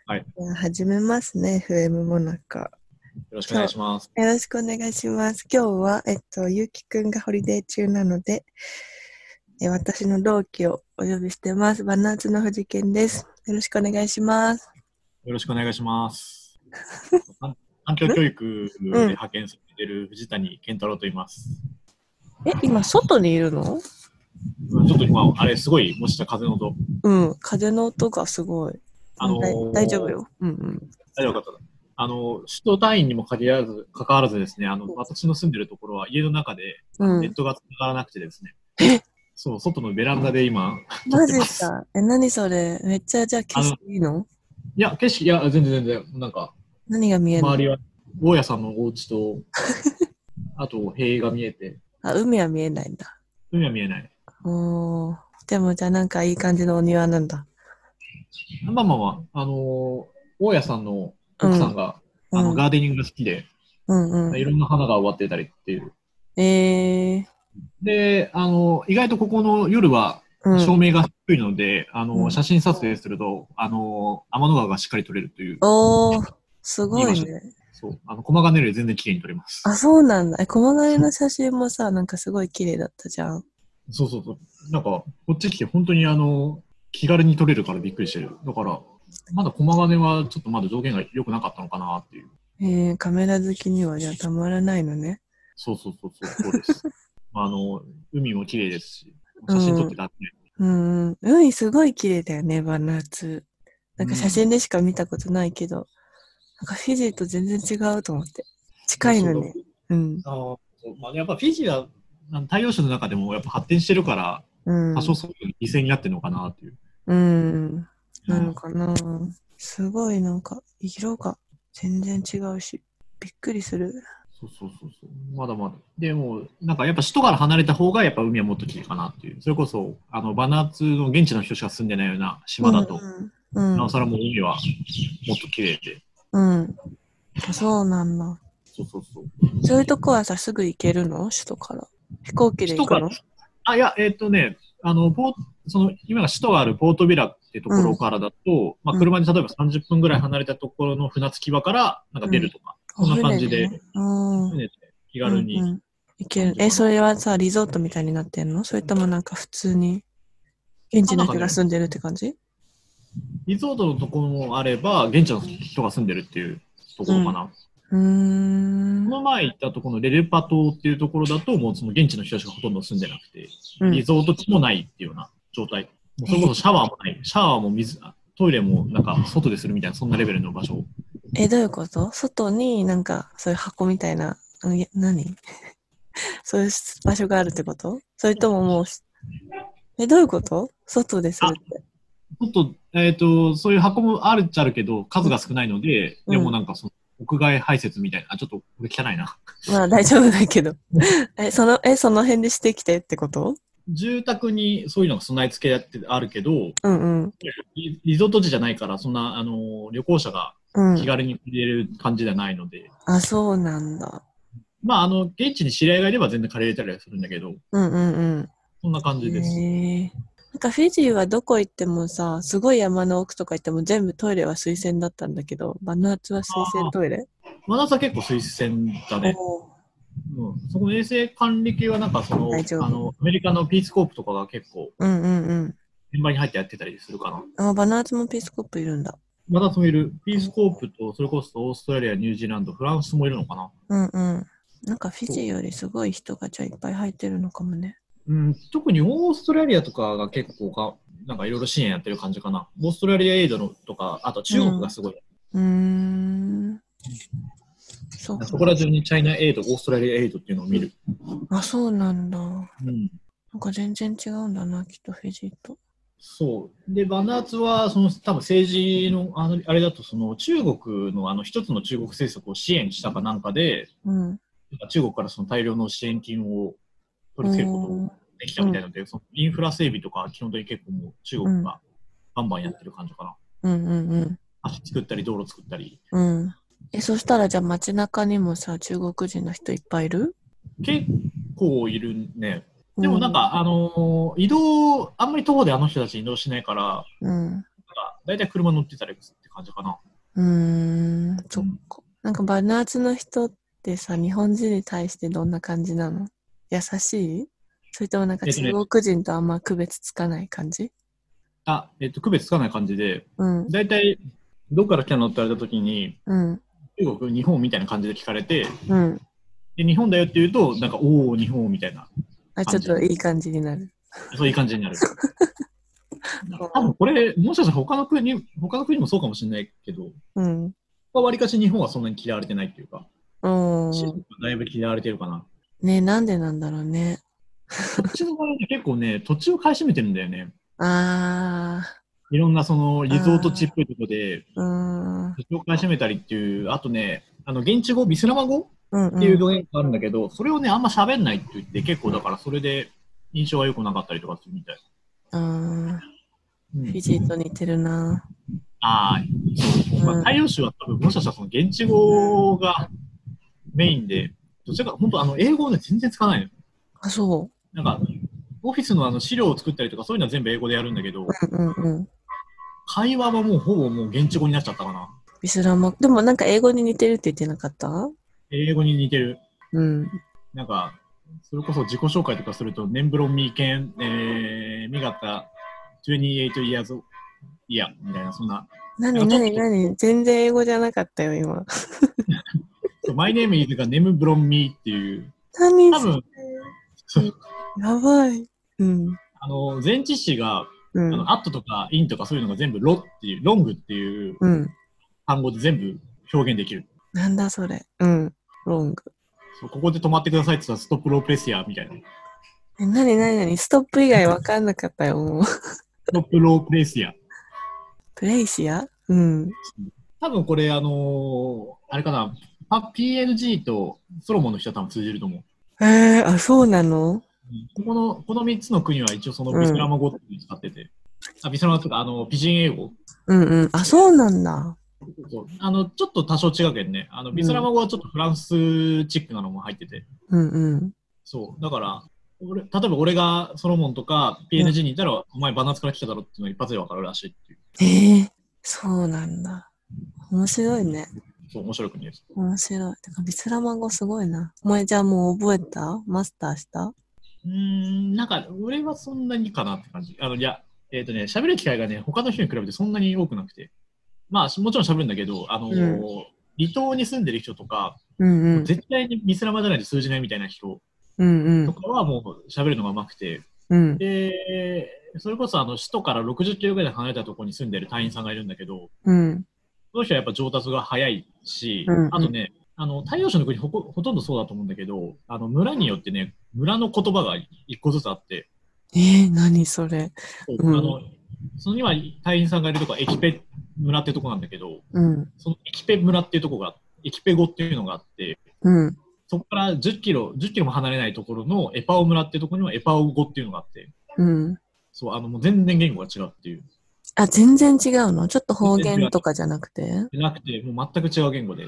はい。よじゃあ始めますね、FM モナカ。 ろしくお願今日、 いします。 よろしくお願いします。今日は、ゆうきくんがホリデー中なので、私の同期をお呼びしてます。バナーツの藤健です。よろしくお願いします。 よろしくお願いします。環環境ん教育でうん。 派遣されている藤谷健太郎と言います。 今、外にいるの？ ちょっと今、あれ、すごい、もしかしたら風の音。 うん、風の音がすごい。 あの大丈夫ー、 よ。うんうん。 大丈夫かった。首都単位にも限らず、関わらずですね、私の住んでるところは家の中で、ネッうん。 トが繋がらなくてですね、 え、 そう、外のベランダで今、撮っマてます。 ジか。何それ。めっちゃ、じゃあ景色いいの？ いや、景色、いや、全然全然、なんか、 何が見えるの？ 周りは、大家さんのお家と、あと、塀が見えて、 あ、海は見えないんだ。 海は見えない。 おー。でも、じゃあなんかいい感じのお庭なんだ。 まあまあまあ、大家さんのうん、 奥さんが、 うん、 ガーデニングが好きで、 うん、ういろんな花が植わってたりっていう。 ん。 で、意外とここの夜はうん。 照明が低いので、 うん。 写真撮影すると、天の川がしっかり撮れるという、 おー、すいい場所で。 ごいね。 そう。駒ヶ根より全然綺麗に撮れまあ、 す。 そうなんだ。駒ヶ根の写真もさ、なんかすごい綺麗だったじゃん。 そうそうそう。なんか、こっち来て本当に気軽に撮れるからびっくりしてる。だから、まだ駒ヶ根はちょっとまだ条件が良くなかったのかなっていう。 カメラ好きにはじゃあたまらないのね。 そうそうそうそう、そうです。海も綺麗ですし、写真撮っうん、 てたって。 うん。海すごい綺麗だよね、バナツ。なんか写うん。 真でしか見たことないけど、なんかフィジーと全然違うと思って。 そうそうだ。 近いのに。うん、 そうまあ、やっぱフィジーは太陽種の中でもやっぱ発展してるから、 うん、 多少そういう犠牲になってるのかなっていう。 うん。なのうん。 かな。すごいなんか、色が全然違うし、びっくりする。 そうそうそうそう。まだまだ。でも、なんかやっぱ首都から離れた方がやっぱ海はもっと綺麗かなっていう。それこそ、バナーツの現地の人しか住んでないような島うん、 だと、 うん、うん、 なおさらもう海はもっと綺麗で。 うん。そうなんだ。 そうそうそう。 そういうとこはさ、すぐ行けるの？首都から。飛行機で行首都から、 くの？ いや、今が首都があるポートビラってとうん、 ころからだと、まあ、 うん、 車で例えば30分ぐらい離れたところの船着き場から、なんかうん。 出るとか、 おそんな感船で。 じで、 うん、うん、 船で気う軽にん。行ける。 感じかな。 それはさ、リゾートみたいになってんの？それともなんか普通に、現地のなんかね、 人が住んでるって感じ？ リゾートのところもあれば、現地の人が住んでるっていうとうん。 ころかな。 うーん。 この前行ったところのレルパ島っていうところだと、もうその現地の人しかほとんど住んでなくて、 うん。 リゾート地もないっていうような状態。もうそれこそシャワーもない。シャワーも水、トイレもなんか外でするみたいな、そんなレベルの場所。 どういうこと？外になんか、そういう箱みたいな、何そういう場所があるってこと？それとももう、どういうこと？外でするあ、 って。 ちょっと、そういう箱もあるっちゃあるけど、数が少ないので、でもうん。 なんかその、屋外排泄みたいな、ちょっとこれ汚いな。 まあ大丈夫だけど。その辺でしてきてってこと？ 住宅にそういうのが備え付けやってあるけど、 うんうん。 リゾート地じゃないから、そんな、旅行者がうん。 気軽に入れる感じじゃないので、 あ、そうなんだ。 まあ、現地に知り合いがいれば全然借りれたりはするんだけど、 うんうんそんな感うん。 じです。 なんかフィジーはどこ行ってもさ、すごい山の奥とか行っても全部トイレは水洗だったんだけど、バヌアツは水洗ああ、 トイレ？ 真夏は結構推薦だおね。 ー。 うん。そこの衛生管理系はなんか大丈夫。 アメリカのピースコープとかが結構うんうんうん。 現場に入ってやってたりするかな。 バヌアツもピースコップいるんだ。 まだもいる。ピースコーうんプと、それこそオーストラリア、ニュージーランド、フランスもいるのかな。 うんうん。なんかフィそう。 ジーよりすごい人がじゃあいっぱい入ってるのかもね。 うん、特にオーストラリアとかが結構なんかいろいろ支援やってる感じかな。オーストラリアエイドのとか、あと中国がうん。 すごい。 うーん。そうそこらなん。 中にチャイナエイド、オーストラリアエイドっていうのを見る。 あ、そうなんだ。なうん。 んか全然違うんだな、きっとフィジーと。 そう。で、バナーツは、多分政治の、あれだと、中国の、一つの中国政策を支援したかなんかで、 うん。 なんか中国からその大量の支援金をう取り付けることをん。 できたうん。 みたいなので、そのインフラ整備とか、基本的に結構もう中うん。 国がバンバンやってる感じかな。 うんうんうん。 橋作ったり、道路作ったり。 うん。そしたらじゃあ街中にもさ、中国人の人いっぱいいる？ 結構いるね。 うん。 でもなんか、移動、あんまり徒歩であの人たち移動しないから、なんうん。 か、だいたい車乗ってたりって感じかな。 そっか。なんかバナーツの人ってさ、日本人に対してどんな感じなの？優しい？それともなんか中国人とあんま区別つかない感じ？ 区別つかない感じで、 うん。 だいたいどこから来たのって言われた時に、 うん。 中国、日本みたいな感じで聞かれて、 うん。 で日本だよって言うと、なんか、おお、日本みたいなあ、ちょっといい感じになる。 そういう感じになる。多分これ、もしかしたら他の国もそうかもしれないけど、 うん。 わりかし日本はそんなに嫌われてないっていうか、 うん。 だいぶ嫌われてるかな。 ね、なんでなんだろうね。 こっちの場合ね、結構ね、土地を買い占めてるんだよね。 あいろんなそのリゾート地っぽいとこで、 ー。 土地を買い占めたりっていう、あとね、現地語、ビスラマ語うんっていううん。 語源があるんだけど、それをね、あんま喋んないって言って、結構だからそれで印象が良くなかったりとかするみたい。 フうんィジーと似てるな。 ああ、そう。まあ、太陽州は多分、もしかしたらその現地語がメインで、どちらか、本当英語をね、全然使わないの。 あ、そなんか、オフィスの資料を作ったりとか、そういうのは全部英語でやるんだけど、 う。うんうんうん。 会話はもうほぼもう現地語になっちゃったかな。 ビスラマ、でもなんか英語に似てるって言ってなかった？ 英語に似てる。 うん。 なんか、それこそ自己紹介とかすると、ネンブロンミーケン、ミガタ、28 years year みたいな、そんな。 何全然英語じゃなかったよ、今。 My name is がネムブロンミーっていう、 何多分、 やばい。うん。 前置詞が、 うん。 アットとかインとかそういうのが全部ロっていう、ロングっていううん。 単語で全部表現できる。 なんだそれ。うん。ロング。 そうここで止まってくださいって言ったらストップロープレスやみたいな。 ストップ以外わかんなかったよ、もう。 ストップロープレスや。 プレイシア？うん。 多分これあれかな、PNG とソロモンの人は多分通じると思う。 あ、そうなの？ この3つの国は一応そのビスラマ語っていうのを使ってて、ビスラマとかピジン英語。 うんうん。あ、そうなんだ。 そうちょっと多少違うけどね、ビスラマ語はちょっとフランスチックなのも入ってて。 うんうん。 そう。だから、例えば俺がソロモンとか PNG にいたら、お前バナーツから来ただろっていうのが一発でわかるらしいっていう。 そうなんだ。面白いね。 そう、面白い国です。 面白い。てか、ビスラマ語すごいな。お前じゃあもう覚えた？マスターした？ なんか、俺はそんなにかなって感じ。いや、喋る機会がね、他の人に比べてそんなに多くなくて。まあ、もちろん喋るんだけど、離島に住んでる人とか、絶対にビスラマじゃないと通じないみたいな人とかはもう喋るのが上手くて、で、それこそ首都から60キロぐらい離れたところに住んでる隊員さんがいるんだけど、その人はやっぱ上達が早いし、あとね、太陽省の国ほとんどそうだと思うんだけど、村によってね、村の言葉が一個ずつあって、 何それ。 その今、隊員さんがいるとこはエキペ村ってとこなんだけど、そのエキペ村っていうとこが、エキペ語っていうのがあって、そこから10キロも離れないところのエパオ村っていうところにはエパオ語っていうのがあって、そう、もう全然言語が違うっていう。 あ、全然違うの？ちょっと方言とかじゃなくて？ じゃなくて、もう全く違う言語で。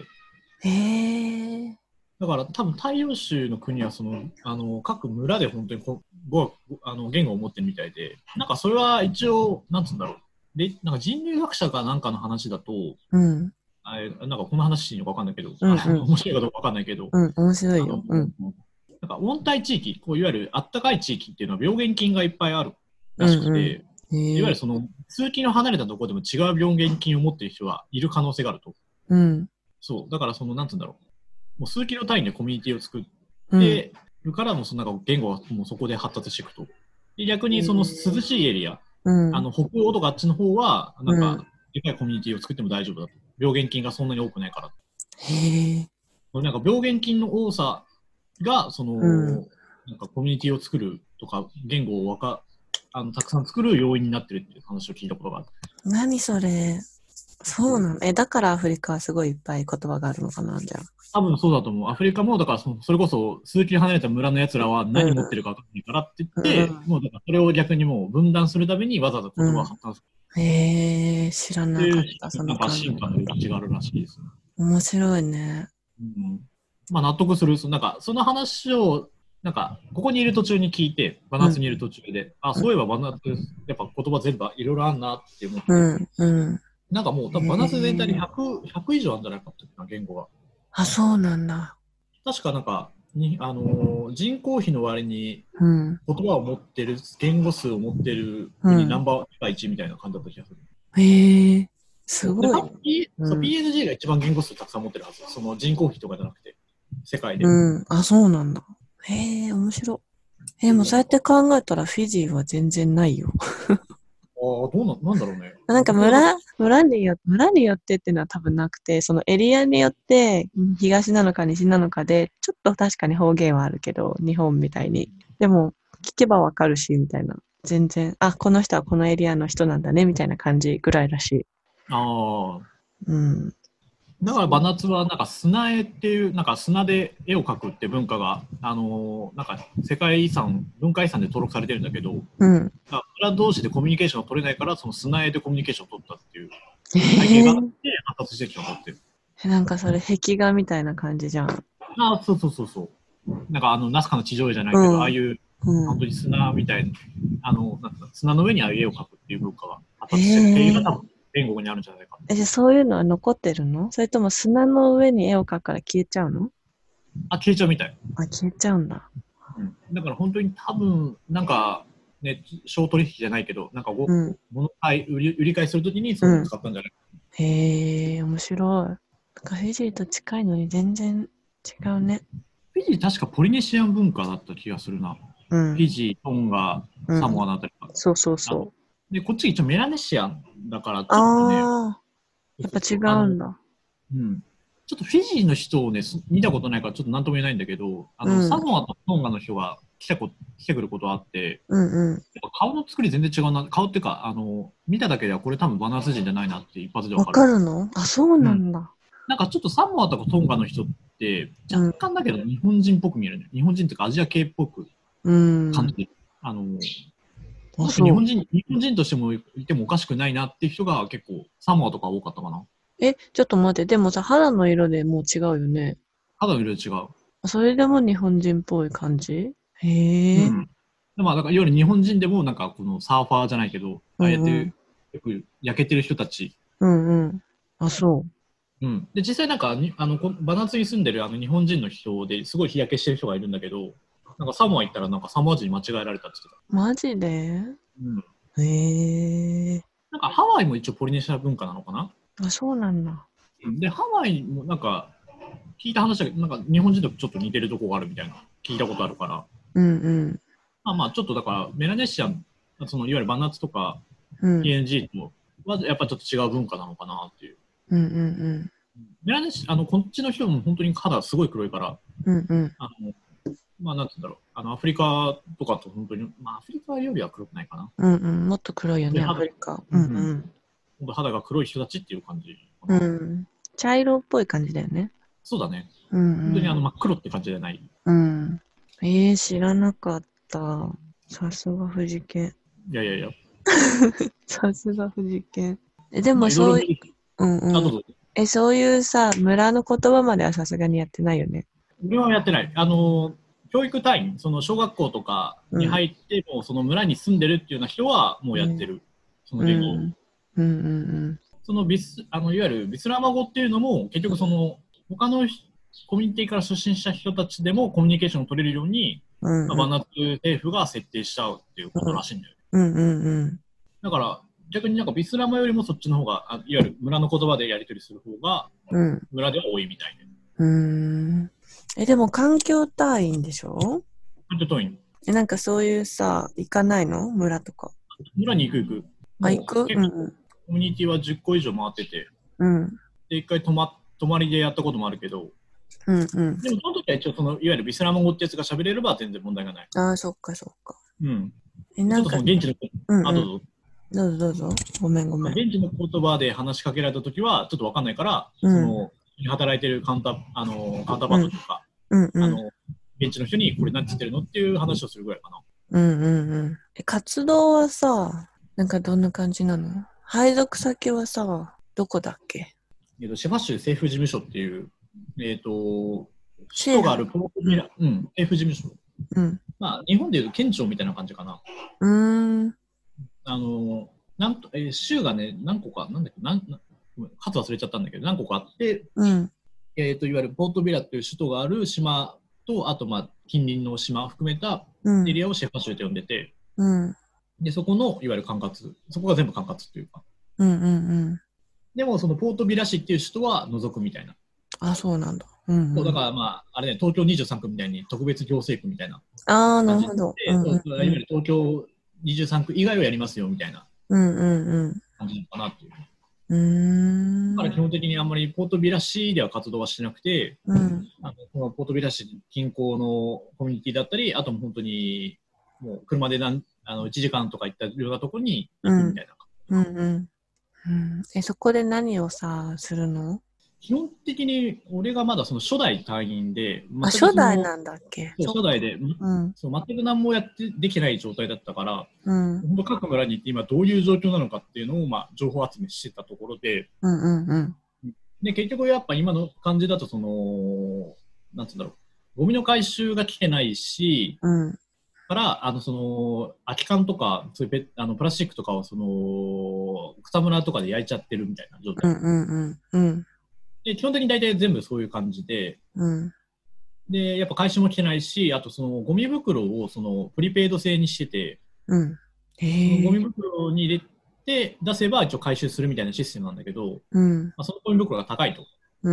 だから多分太陽州の国は各村で本当に言語を持ってるみたいで、なんかそれは一応、なんつうんだろう。で、なんか人類学者かなんかの話だと、なんかこの話していいのか分かんないけど、面白いかどうか分かんないけど、 面白いよ。 なんか温帯地域、いわゆるあったかい地域っていうのは病原菌がいっぱいあるらしくて、いわゆる数キロ離れたところでも違う病原菌を持っている人はいる可能性があると。そう、だからなんつうんだろう。もう数キロ単位でコミュニティを作ってるからもなんか言語がもうそこで発達していくと。で逆に涼しいエリア、北欧とかあっちの方はなんかでかいコミュニティを作っても大丈夫だと。病原菌がそんなに多くないから。なんか病原菌の多さがなんかコミュニティを作るとか言語をたくさん作る要因になってるっていう話を聞いたことがある。 何それ。そうなの？だからアフリカはすごいいっぱい言葉があるのかな、じゃあ。 多分そうだと思う。アフリカも、だからそれこそ数キロ離れた村のやつらは何持ってるか分かんないからって言って、もうだからそれを逆にもう分断するためにわざわざ言葉を発達する。知らなかった、その感じ。なんか進化の歴史があるらしいですね。 面白いね。 まあ納得する。なんかその話を、なんかここにいる途中に聞いて、バナーツにいる途中で、そういえばバナーツ、やっぱ言葉全部いろいろあんなって思って。 なんかもう多分バナス全体に100以上あるんじゃないかっていうな、言語が。 あ、そうなんだ。 確かなんか人口比の割にうん。 言葉を持ってる、言語数を持ってるうん。 国ナンバー1みたいな感じだった気がする。 へえ、すそうで、 ごい。 多分、そう、 うん。 PSG が一番言語数たくさん持ってるはず。その人口比とかじゃなくて、世界で。 うん。あ、そうなんだ。へえ、面白い。もうそうやって考えたらフィジーは全然ないよ。 ああ、なんだろうね。 なんか僕はだから、 村によってっていうのは多分なくて、そのエリアによって、東なのか西なのかで、ちょっと確かに方言はあるけど、日本みたいに。でも、聞けばわかるし、みたいな。全然、あ、この人はこのエリアの人なんだね、みたいな感じぐらいらしい。 ああ、 うん。 だから、バナツは、なんか砂絵っていう、なんか砂で絵を描くって文化が、なんか世界遺産、文化遺産で登録されてるんだけど、 うん。 村同士でコミュニケーションが取れないから、その砂絵でコミュニケーションを取ったっていうえ背景があって、 ー、 発達してきたと思ってる。 なんかそれ壁画みたいな感じじゃん。 ああ、そうそうそうそう。なんかナスカの地上絵じゃないけど、あうん。 あいううん。 本当に砂みたいな、なんか砂の上にああいう絵を描くっていう文化が発へ達してる経緯が多え。 分、天国にあるんじゃないかな。 じゃあそういうのは残ってるの？それとも砂の上に絵を描くから消えちゃうの？ あ、消えちゃうみたい。 あ、消えちゃうんだ。 うん、だから本当に多分、なんか、ね、商取引じゃないけど、なんかうん。 物買い売り買いするときにそういうのをうん。 使ったんじゃないかへえ、面白い。なんかフィジーと近いのに全然違うね。 フィジー確かポリネシアン文化だった気がするな。 うん。 フィジー、トンガ、サうん。 モアのあたりが。 そうそうあそう。 で、こっち一応メラネシアンだから、ちょっとね、 ああ、やっぱ違そうそうそう、 うんだ。 うん。ちょっとフィジーの人をね、見たことないからちょっと何とも言えないんだけど、 うん。 サモアとトンガの人が来てくることはあって、 うんうん。 やっぱ顔の作り全然違うな。顔っていうか、見ただけではこれ多分バナース人じゃないなって一発でわわかる。 かるの？あ、そううん。 なんだ。 なんかちょっとサモアとかトンガの人って、若うん。 干だけど日本人っぽく見えるね。日本人っていうかアジア系っぽくうん。 感じる。 あ、 もしそう。 日本人としてもいてもおかしくないなっていう人が結構サモアとか多かったかな。 ちょっと待って。でもさ、肌の色でもう違うよね。 肌の色違う。 それでも日本人っぽい感じ？へえ。 うん。まあ、だからいわゆる日本人でもなんかこのサーファーじゃないけど、ああやってようんうん。 く焼けてる人たち。 うんうん。あ、そうん。で、実際なんかバナツに住んでる日本人の人ですごい日焼けしてる人がいるんだけど、なんかサモア行ったらなんかサモア人に間違えられたって言ってう。マジで？ た。うん。 へえ。 なんかハワイも一応ポリネシア文化なのかな。 あ、そうなんだ。 で、ハワイもなんか聞いた話だけど、なんか日本人とちょっと似てるとこがあるみたいな聞いたことあるから、 うんうん。 まあまあちょっとだからメラネシアン、そのいわゆるバナツとかうん。 PNG とはやっぱちょっと違う文化なのかなっていう。 うんうんメラネシこっちの人も本当に肌すごい黒いから、 うん。うんうん。 あの、まあなんて言うんだろう、アフリカとかと本当に、まあアフリカよりは黒くないかな。 うんうん。もっと黒いよね、アで肌、 フリカ。 うんうん、 うんうん。 本当肌が黒い人たちっていう感じかうな。 ん。茶色っぽい感じだよね。 そうだね。 うんうん。 本当に真っ黒って感じじゃない。 うん。知らなかった。さすが藤健。 いやいやいや、 さすが藤健。でまあいろいろもそうい見る。 う、うんあ、 うん。 どうぞ。 そういうさ、村の言葉まではさすがにやってないよね。 俺はやってない。教育隊員、その小学校とかにうん。 入って、もうその村に住んでるっていうような人はもうやってうん。 る。そのう言語を。 ん。うんうんそのいわゆるビスラマ語っていうのも、結局その、他のコミュニティから出身した人たちでもコミュニケーションを取れるように、 うん。うんうん。 まあ、バナッツ政府が設定したっていうことらしいんだよね。 うんうんうん。 だから、逆になんかビスラマよりもそっちの方が、いわゆる村の言葉でやり取りする方が、 うん。 村では多いみたいで。 うーん。でも環境隊員でしょ？ 本当に、 なんかそういうさ、行かないの？村とか。 村に行く。 あ、行もう結構く？うんうん。 コミュニティは10個以上回ってて、 うん。 で、一回泊まりでやったこともあるけど、 うんうん。 でもその時は一応その、いわゆるビスラマ語ってやつが喋れれば全然問題がない。 ああ、そっかそっか。 うん。ちょっとなんか、 その現地の、あ、 うんうん。 どうぞ。 どうぞどうぞ。ごめんごめん。 現地の言葉で話しかけられたときは、ちょっとわかんないから、 うん。 その、働いてるカウンターパうん。 ートというか、 うんうん。 あの、現地の人にこれ何て言ってるのっていう話をするぐらいかな。 うんうんうん。活動はさ、なんかどんな感じなの？配属先はさ、どこだっけ？ シェファッシュ政府事務所っていう、首都があ政府。 るポートうん。 ミラ、うん、政府事務所。 うん。 まあ、日本でいうと県庁みたいな感じかな。 うーん。 あの、 州がね、何個か、なんだっけ、数忘れちゃったんだけど、何個かあって、 うん。 いわゆるポートビラっていう首都がある島と、あと、近隣の島を含めたうん。 エリアをシェファ州と呼んでて、 うん。 で、そこの、いわゆる管轄、そこが全部管轄というか。 うんうんうん。 でも、そのポートビラ市っていう首都は除くみたいな。 あ、そうなんだ。うんうん。 そうだから、あれね、東京23区みたいに特別行政区みたいなああ、な感じで、 るほど。うんうんいわうん。 ゆる東京23区以外をやりますよみたいなうんうん感じなのかなっていう。 うん。 だから基本的にあんまりポートビラ市では活動はしてなくて、 うん。 このポートビラ市近郊のコミュニティだったり、あとも本当にもう車で1時間とか行ったようなところに行くみたいな。 うんうん。そこで何をするの？ 基本的に俺がまだその初代隊員で、 あ、 全く初代なんだっけ？ 初代で、 うん。 そう全く何もできない状態だったから、 うん。 本当各村に行って今どういう状況なのかっていうのを情報集めしてたところで、 うんうんうん。 で結局やっぱ今の感じだとなんつうんだろう、ゴミの回収が来てないし、 うん。 から空き缶とかそういうプラスチックとかを草むらとかで焼いちゃってるみたいな状態、 うんうんうん。 で基本的に大体全部そういう感じで、 うん。 でやっぱ回収も来てないし、あとゴミ袋をプリペイド製にしてて、 うん。 そのゴミへえ。 袋に入れて出せば一応回収するみたいなシステムなんだけど、 うん。 そのゴミ袋が高いと。 うん。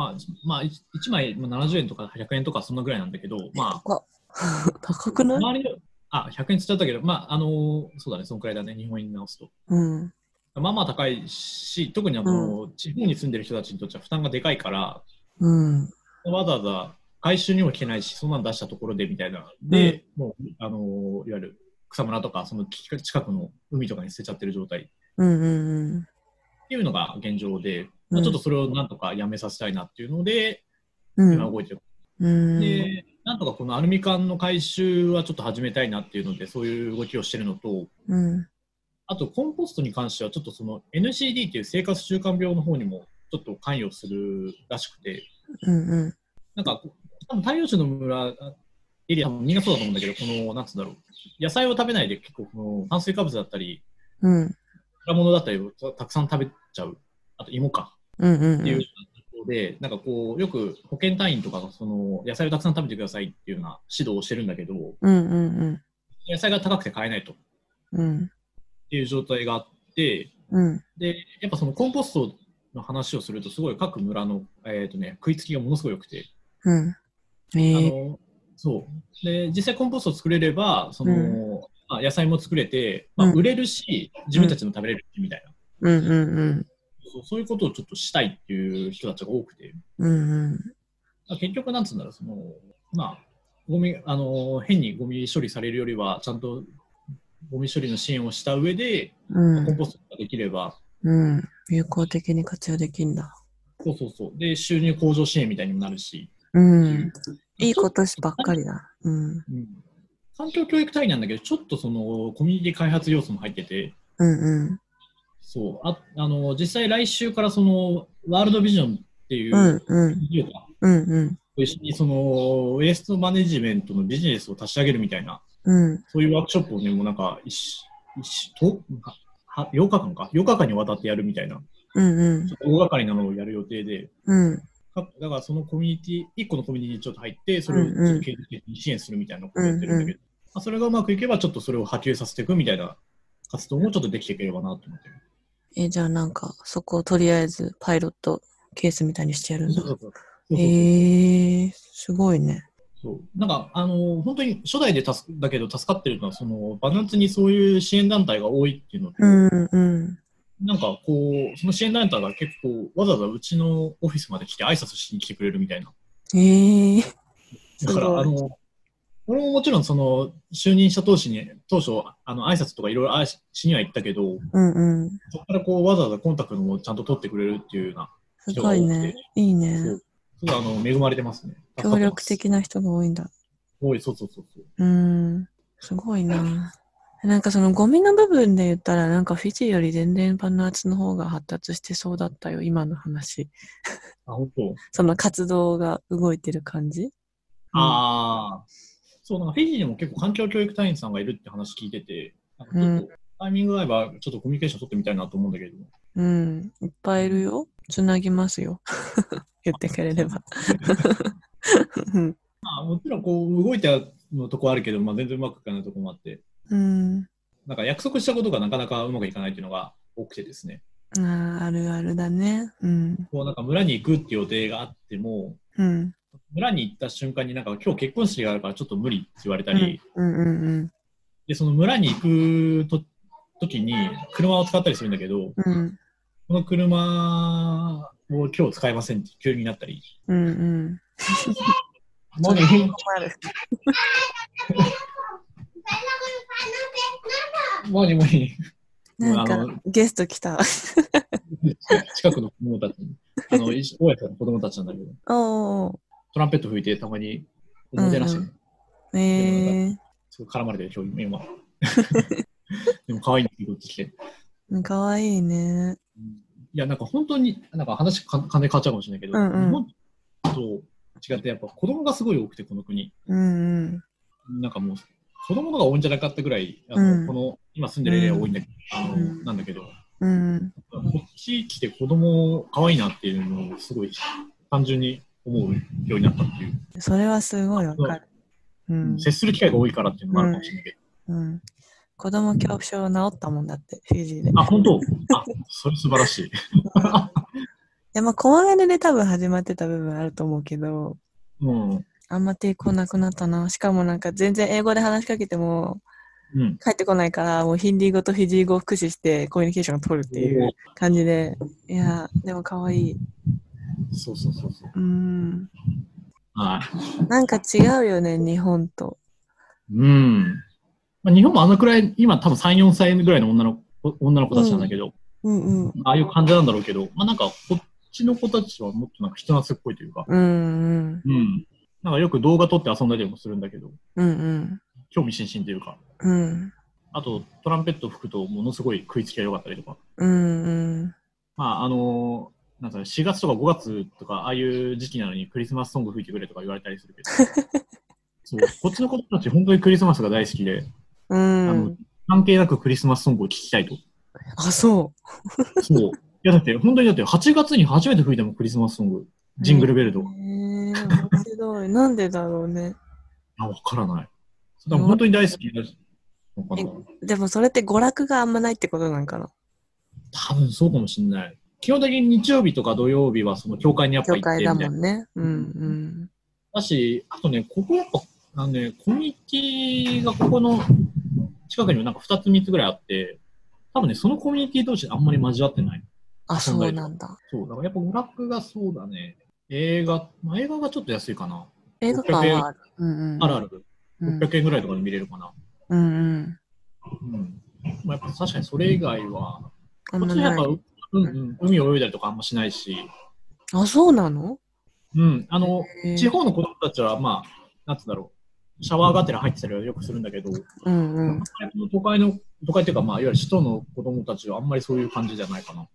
1枚70円とか100円とかそんなぐらいなんだけど、 高くない？ 周りの、100円つっちゃったけど、そうだね、そのくらいだね、日本円に直すと。 うん。 まあまあ高いし、特に地方に住んでる人たちにとっては負担がでかいから、 うん。 わざわざ回収にも来けないし、そんなの出したところでみたいな。で、もう、いわゆる草むらとか、その近くの海とかに捨てちゃってる状態っうんうんていうのが現状で、 うん。 ちょっとそれをなんとかやめさせたいなっていうので、 うん今動いてる。 うん。 で、なんとかこのアルミ缶の回収はちょっと始めたいなっていうので、そういう動きをしてるのと、 うん。 あとコンポストに関しては、ちょっとNCD っていう生活習慣病の方にもちょっと関与するらしくて、 うんうん。 なんか、多分太陽市の村エリアもみんなそうだと思うんだけど、なんつうんだろう、野菜を食べないで結構炭水化物だったり、 うん。 果物だったりをたくさん食べちゃう、あと芋かうんうんっていううん。 ので、なんかよく保健隊員とかが野菜をたくさん食べてくださいっていうような指導をしてるんだけど、 うんうん野菜が高くて買えないとっうん。 ていう状態があって、 うん。 で、やっぱコンポストの話をすると、すごい各村の、食いつきがものすごい良くて、 うん。 そう。で、実際コンポストを作れれば、 うん。 野菜も作れて、 うん。 売れるし、自分たちも食べれるし、みたいな。 うんうんうん。 そういうことをちょっとしたいっていう人たちが多くて、 うんうん。 結局、なんつうんだろう、ゴミ、変にゴミ処理されるよりは、ちゃんとゴミ処理の支援をした上で、 うん。 コンポストができれば、 うん。有効的に活用できんだ。 そうそうそう。で、収入向上支援みたいにもなるし、 うん。いいちょっと、 ことばっかりだ。うん。 うん、環境教育隊員なんだけど、ちょっとコミュニティ開発要素も入ってて、 うんうん。 そう、実際来週からワールドビジョンっていうんう、 うん。うんうん。 一緒にウエストマネジメントのビジネスを立ち上げるみたいな、 うん。 そういうワークショップをね、もうなんか、8日間か、8日間にわたってやるみたいな、 うんうん。 ちょっと大掛かりなのをやる予定で、 うん。 だからそのコミュニティ、1個のコミュニティにちょっと入って、それをちょっと継続的に支援するみたいなことをやってるんだけど、それがうまくいけば、ちょっとそれを波及させていくみたいな活動もちょっとできていければなと思ってる。 じゃあなんか、そこをとりあえずパイロットケースみたいにしてやるんだ。 そうそうそう。 すごいね。 そうなんか本当に初代でだけど助かってるのはバナツにそういう支援団体が多いっていうのと、 うんうん。 なんかその支援団体が結構わざわざうちのオフィスまで来て挨拶しに来てくれるみたいな。 すだからごい。 俺ももちろん就任した当初挨拶とかいろいろしには行ったけど、 うんうん。 そこからわざわざコンタクトもちゃんと取ってくれるっていうようなす人が多くて、 ごいね。いいね。 そうすごい恵まれてますね。 協力的な人が多いんだ。 多い、そうそうそうそう。 すごいな。なんかそのゴミの部分で言ったら、なんかフィジーより全然バヌアツの方が発達してそうだったよ、今の話。 本当。 その活動が動いてる感じ。 そう、なんかフィジーにも結構環境教育隊員さんがいるって話聞いてて、なんかちょっとタイミング合えばちょっとコミュニケーション取ってみたいなと思うんだけど。 うん、いっぱいいるよ。つなぎますよ。言ってくれれば。 まあ、もちろんこう動いたのとこあるけど、まあ、全然うまくいかないとこもあって、 うん、 なんか約束したことがなかなかうまくいかないっていうのが多くてですね。 あるあるだね。うん。 こうなんか村に行くっていう予定があっても、 うん。 村に行った瞬間になんか今日結婚式があるからちょっと無理って言われたり、 うんうんうんで、その村に行く時に車を使ったりするんだけど、 うん。 この車を今日使えませんって急になったり。 うんうん。 何困る。 何なんかゲスト来た。 近くの子供たち、大家さんの子供たちなんだけど、 おー。 トランペット吹いてたまにおもてなしで、すごい絡まれてる今。でも可愛いんだけどってきて。 かわいいね。 いや、なんか本当に、なんか話完全に変わっちゃうかもしれないけど、日本と違ってやっぱ子供がすごい多くて、この国。なんかもう、子供のが多いんじゃなかったぐらい、この、今住んでるエリア多いんだけど、なんだけど、こっち来て子供可愛いなっていうのをすごい単純に思うようになったっていう。 それはすごいわかる。 接する機会が多いからっていうのもあるかもしれないけど。 子供恐怖症治ったもんだって、フィジーで。 あ、本当？あ、それ素晴らしい。いや、まあ、小金でね、多分始まってた部分あると思うけど、あんま抵抗なくなったな。しかもなんか全然英語で話しかけても、帰ってこないから、もうヒンディー語とフィジー語を駆使してコミュニケーションを取るっていう感じで、いや、でも可愛い。 そう。 はい。なんか違うよね、日本と。 まあ、日本もあのくらい、今多分3、4歳ぐらいの女の子たちなんだけど、ああいう感じなんだろうけど、まあなんかこっちの子たちはもっとなんか人懐っこいというか、なんかよく動画撮って遊んだりもするんだけど、興味津々というか、あとトランペット吹くとものすごい食いつきが良かったりとか、まあなんか4月とか5月とかああいう時期なのにクリスマスソング吹いてくれとか言われたりするけど、そうこっちの子たち本当にクリスマスが大好きで、関係なくクリスマスソングを聴きたいと。 あ、そう。 そう。いやだって本当に8月に初めて吹いたもんクリスマスソング、ジングルベルとか。 面白い。なんでだろうね。 わからない。だから本当に大好きだし。 でもそれって娯楽があんまないってことなんかな。 多分そうかもしれない。基本的に日曜日とか土曜日はその教会にやっぱ行ってみたいな。 教会だもんね。 だし、あとね、ここやっぱコミュニティがここの近くにもなんか2つ3つぐらいあって、多分ね、そのコミュニティ同士あんまり交わってない。 あ、そうなんだ。 そう、だからやっぱ娯楽がそうだね。映画がちょっと安いかな。 映画館はある。 ある。600円ぐらいとかで見れるかな。まあ、やっぱ確かにそれ以外は、こっちやっぱ、海を泳いだりとかあんましないし。 あ、そうなの？ 地方の子供たちは、まあ、なんつうんだろう、シャワーがてら入ってたりはよくするんだけど、都会っていうか、まあ、いわゆる首都の子供たちはあんまりそういう感じじゃないかな。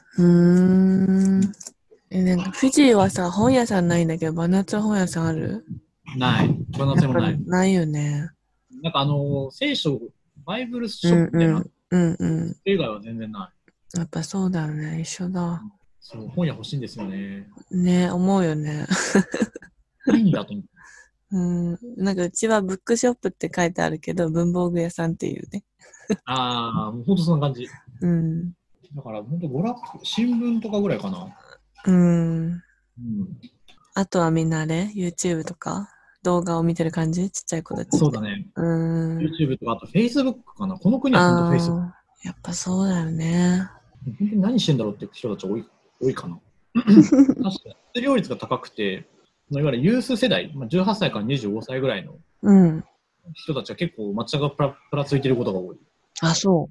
なんかフィジーはさ、本屋さんないんだけど、バナツ本屋さんある？ ない。バナツもない。 ないよね。 なんか聖書、バイブルショップみたいな、以外は全然ない。 やっぱそうだよね、一緒だ。 そう、本屋欲しいんですよね。 ね、思うよね。 ないんだと思って。 なんかうちはブックショップって書いてあるけど、文房具屋さんっていうね。 ああ、もうほんとそんな感じ。だからほんと新聞とかぐらいかな。 あとはみんなYouTube とか動画を見てる感じ？ちっちゃい子たち。 そうだね。YouTube とか、あと Facebook かな。この国はほんと Facebook。 やっぱそうだよね。 本当に何してんだろうって人たち多いかな。確かに失業率が高くて、いわゆるユース世代、18歳から25歳ぐらいの人たちは結構抹茶がプラついてることが多い。 あ、そう。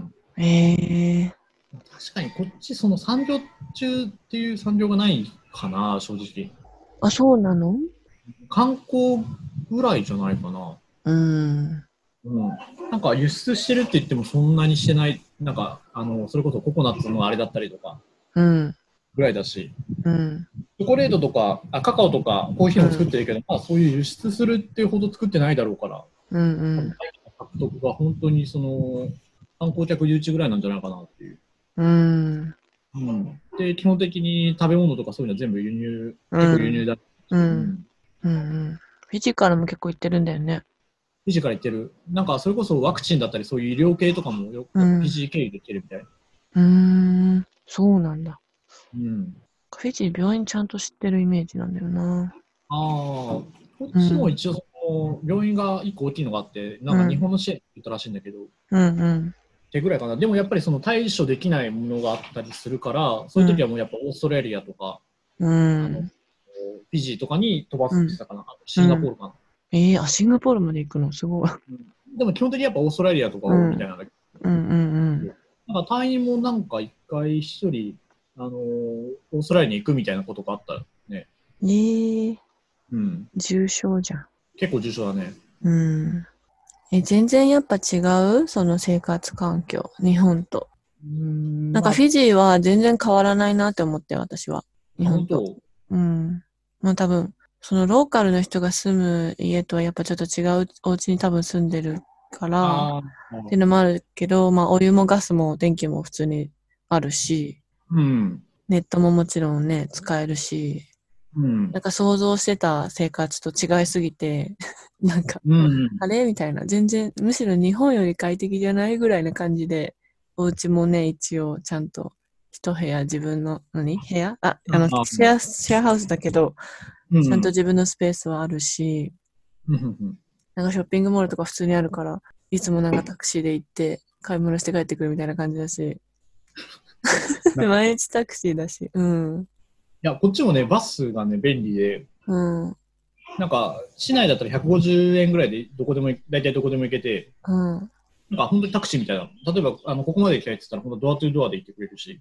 確かにこっちその産業中っていう産業がないかな、正直。 あ、そうなの？ 観光ぐらいじゃないかな。なんか輸出してるって言ってもそんなにしてない。なんかそれこそココナッツのあれだったりとかぐらいだし、チョコレートとかカカオとかコーヒーも作ってるけど、まあそういう輸出するっていうほど作ってないだろうから、獲得が本当にその観光客誘致ぐらいなんじゃないかなっていう。 うん。 で、基本的に食べ物とかそういうのは全部輸入、結構輸入だ。 フィジーからも結構行ってるんだよね。 フィジーから行ってる。なんかそれこそワクチンだったりそういう医療系とかもフィジー経由で行ってるみたいな。 そうなんだ。フィジー病院ちゃんと知ってるイメージなんだよな。 こっちも一応病院が1個大きいのがあって、なんか日本の支援って言ったらしいんだけど、手ぐらいかな。でもやっぱりその対処できないものがあったりするから、そういう時はもうやっぱオーストラリアとか、フィジーとかに飛ばすって言ったかな。シンガポールかな。 シンガポールまで行くのすごい。 でも基本的にやっぱオーストラリアとかみたいなんだけど、なんか隊員もなんか一回一人、オーストラリアに行くみたいなことがあったね。 重症じゃん。 結構重症だね。 全然やっぱ違うその生活環境、日本と。なんかフィジーは全然変わらないなって思って、私は。日本と。まあ多分、そのローカルの人が住む家とはやっぱちょっと違うお家に多分住んでるから、っていうのもあるけど、まあお湯もガスも電気も普通にあるし、ネットももちろんね、使えるし、なんか想像してた生活と違いすぎて、なんか、あれみたいな。全然、むしろ日本より快適じゃないぐらいな感じで、お家もね、一応ちゃんと一部屋自分の、部屋シェアハウスだけど、ちゃんと自分のスペースはあるし、なんかショッピングモールとか普通にあるから、いつもなんかタクシーで行って買い物して帰ってくるみたいな感じだし、毎日タクシーだし、いや、こっちもね、バスがね、便利で、なんか、市内だったら150円ぐらいで大体どこでも行けて、なんか本当にタクシーみたいな。例えば、ここまで行きたいって言ったら、本当ドアトゥードアで行ってくれるし。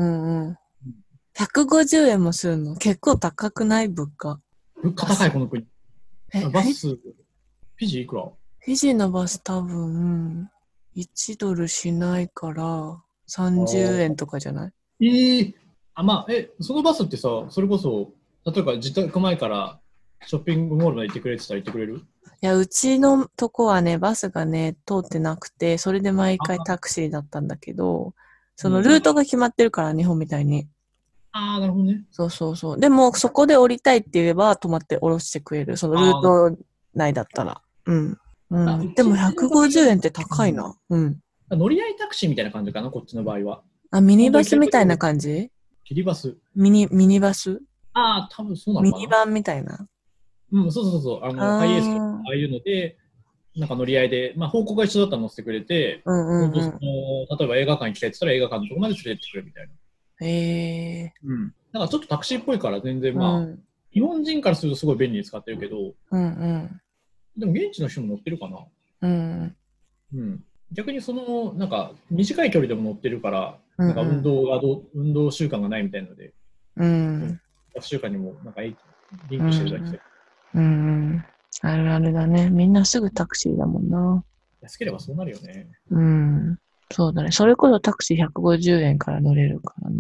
150円もするの結構高くない物価。 物価高い、この国。バス、フィジーいくら？ フィジーのバス多分、1ドルしないから、30円とかじゃない？ そのバスってさ、それこそ、例えば自宅前からショッピングモールまで行ってくれって言ったら行ってくれる？ いや、うちのとこはね、バスがね、通ってなくて、それで毎回タクシーだったんだけど、そのルートが決まってるから、日本みたいに。 なるほどね。 そう。でも、そこで降りたいって言えば、止まって降ろしてくれる。そのルート内だったら。でも、150円って高いな。 乗り合いタクシーみたいな感じかな、こっちの場合は。 ミニバスみたいな感じ？ キリバス。 ミニバス？ 多分そうなのかな。 ミニバンみたいな。 そう。ハイエースとか、ああいうので、なんか乗り合いで、まあ方向が一緒だったら乗せてくれて、例えば映画館行きたいって言ったら映画館のとこまで連れてってくれるみたいな。なんかちょっとタクシーっぽいから全然日本人からするとすごい便利に使ってるけど、でも現地の人も乗ってるかな。逆になんか短い距離でも乗ってるから、なんか運動習慣がないみたいなので、習慣にもなんかリンクしてるだけで。 あるあるだね。みんなすぐタクシーだもんな。 安ければそうなるよね。 そうだね。それこそタクシー150円から乗れるからね。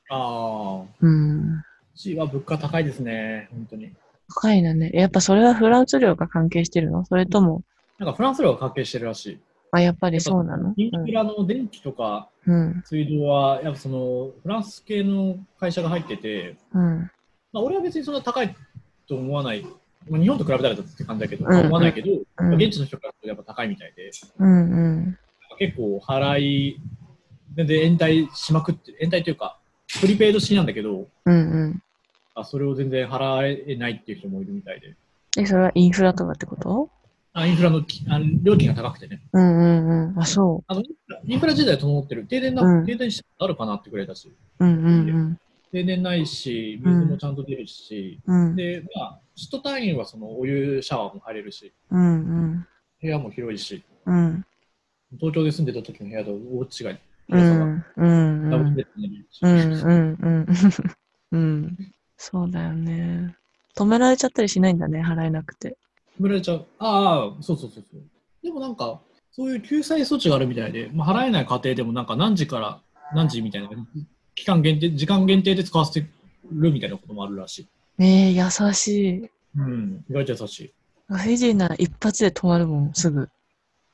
うちは物価高いですね、本当に。 高いなね。やっぱそれはフランス領が関係してるの？それとも。 なんかフランス領が関係してるらしい。 やっぱりそうなの？ インフラの電気とか水道は、やっぱフランス系の会社が入ってて、俺は別にそんな高いと思わない。日本と比べたらって感じだけど、思わないけど、現地の人からやっぱ高いみたいで、結構払い、全然延滞しまくって、延滞というか、プリペイド式なんだけど、それを全然払えないっていう人もいるみたいで。 それはインフラとかってこと？ インフラの料金が高くてね。 そう。 インフラ自体整ってる。停電したらあるかなってくらいだし。停電ないし、水もちゃんと出るし、で、首都単位はお湯シャワーも入れるし、部屋も広いし、東京で住んでた時の部屋と大違い。ダブルベッドになるし。 そうだよね。止められちゃったりしないんだね、払えなくて。 止められちゃう。そう。でもなんか、そういう救済措置があるみたいで、払えない家庭でもなんか何時から何時みたいな、時間限定で使わせてるみたいなこともあるらしい。 優しい。 意外と優しい。 フィジーなら一発で止まるもん、すぐ。